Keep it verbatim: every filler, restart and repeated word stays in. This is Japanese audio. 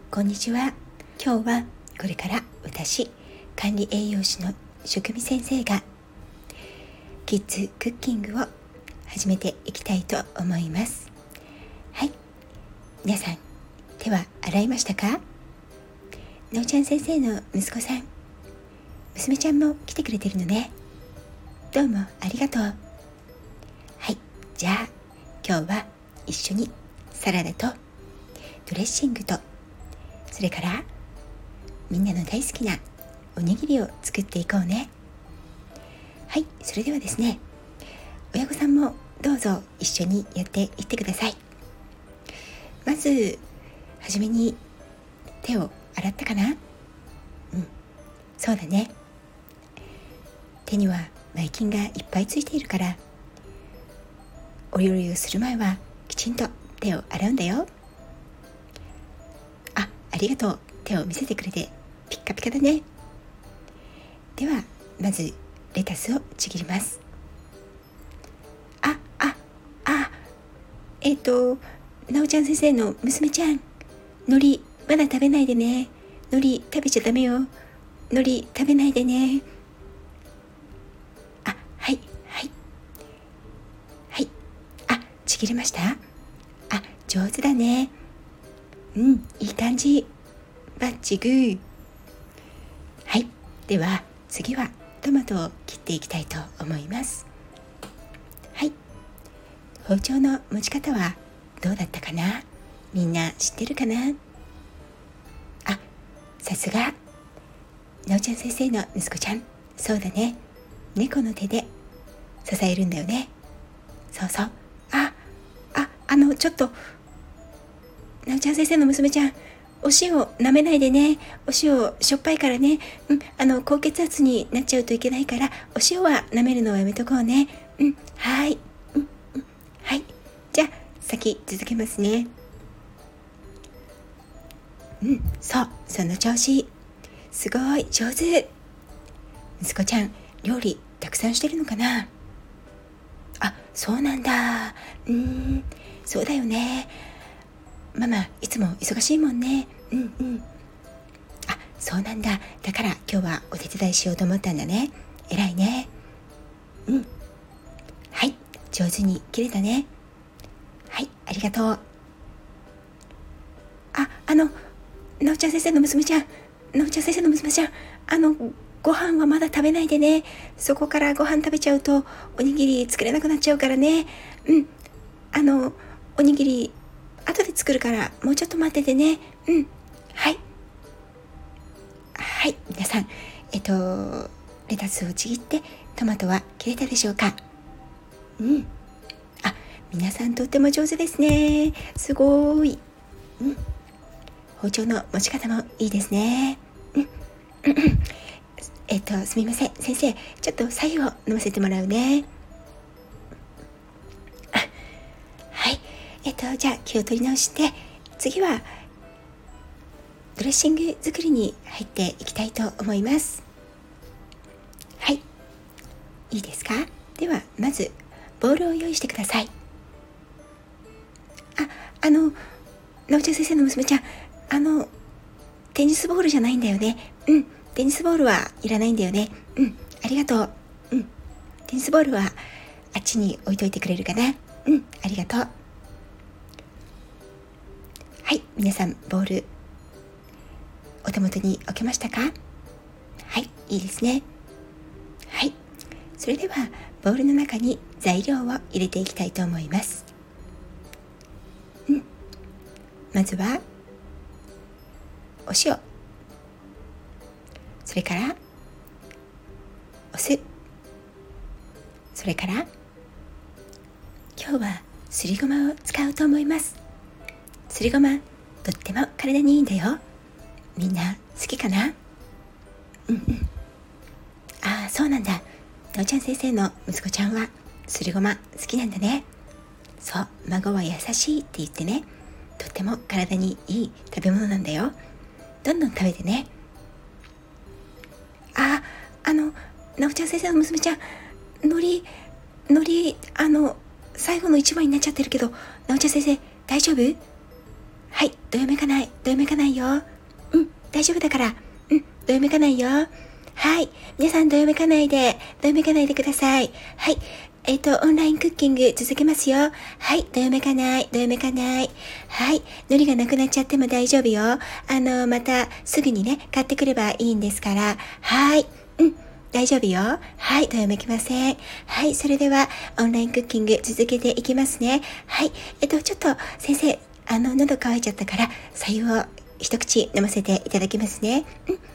こんにちは。今日はこれから私、管理栄養士の食味先生がキッズクッキングを始めていきたいと思います。はい、皆さん手は洗いましたか？のうちゃん先生の息子さん、娘ちゃんも来てくれてるのね。どうもありがとう。はい、じゃあ今日は一緒にサラダとドレッシングとそれからみんなの大好きなおにぎりを作っていこうね。はい、それではですね、親御さんもどうぞ一緒にやっていってください。まずはじめに手を洗ったかな？うん、そうだね。手にはばい菌がいっぱいついているから、お料理をする前はきちんと手を洗うんだよ。あ、ありがとう。手を見せてくれてピッカピカだね。ではまずレタスをちぎります。あ、あ、あ、えっとなおちゃん先生の娘ちゃん、海苔まだ食べないでね。海苔食べちゃダメよ。海苔食べないでね。あ、はいはいはい。あ、ちぎれました？あ、上手だね。うん、いい感じ。バッチグー。はい、では次はトマトを切っていきたいと思います。はい、包丁の持ち方はどうだったかな？みんな知ってるかな？あ、さすがなおちゃん先生の息子ちゃん。そうだね、猫の手で支えるんだよね。そうそう。あ、あ、あのちょっとなおちゃん先生の娘ちゃん、お塩舐めないでね。お塩しょっぱいからね。うん、あの高血圧になっちゃうといけないから、お塩は舐めるのはやめとこうね。うん、はい、うん、うん、はい。じゃあ先続けますね。うん、そう、その調子。すごい上手。息子ちゃん、料理たくさんしてるのかな？あ、そうなんだ。うーん、そうだよね。ママいつも忙しいもんね。うんうん。あ、そうなんだ。だから今日はお手伝いしようと思ったんだね。偉いね。うん。はい、上手に切れたね。はい、ありがとう。あ、あのなおちゃん先生の娘ちゃん、なおちゃん先生の娘ちゃん、あのご飯はまだ食べないでね。そこからご飯食べちゃうとおにぎり作れなくなっちゃうからね。うん、あのおにぎり後で作るからもうちょっと待っててね。うん、はいはい。皆さん、えっとレタスをちぎってトマトは切れたでしょうか？うん、あ、皆さんとっても上手ですね。すごい。うん、包丁の持ち方もいいですね。うん、えっとすみません先生、ちょっと左右を飲ませてもらうね。はい、えっとじゃあ気を取り直して、次はドレッシング作りに入っていきたいと思います。はい、いいですか？ではまずボウルを用意してください。あ、あのなおちゃん先生の娘ちゃん、あのテニスボールじゃないんだよね。うん、テニスボールはいらないんだよね。うん、ありがとう。うん、テニスボールはあっちに置いといてくれるかな。うん、ありがとう。はい、皆さんボールお手元に置けましたか？はい、いいですね。はい、それではボウルの中に材料を入れていきたいと思います。うん、まずはお塩、それからお酢、それから今日はすりごまを使うと思います。すりごまとっても体にいいんだよ。みんな好きかな？うんうん。ああ、そうなんだ。なおちゃん先生の息子ちゃんはすりごま好きなんだね。そう、孫は優しいって言ってね、とっても体にいい食べ物なんだよ。どんどん食べてね。あ、あのなおちゃん先生の娘ちゃん、海苔海苔あの最後の一枚になっちゃってるけど、なおちゃん先生大丈夫？ははい、どよめかない、どよめかないよ。うん、大丈夫だから。うん、どよめかないよ。はい、皆さんどよめかないで、どよめかないでください。はい、えっと、オンラインクッキング続けますよ。はい、どよめかない、どよめかない。はい、海苔がなくなっちゃっても大丈夫よ。あの、またすぐにね、買ってくればいいんですから。はい、うん。大丈夫よ。はい、どよめきません。はい、それではオンラインクッキング続けていきますね。はい、えっと、ちょっと先生、あの、喉乾いちゃったから、白湯を一口飲ませていただきますね。うん、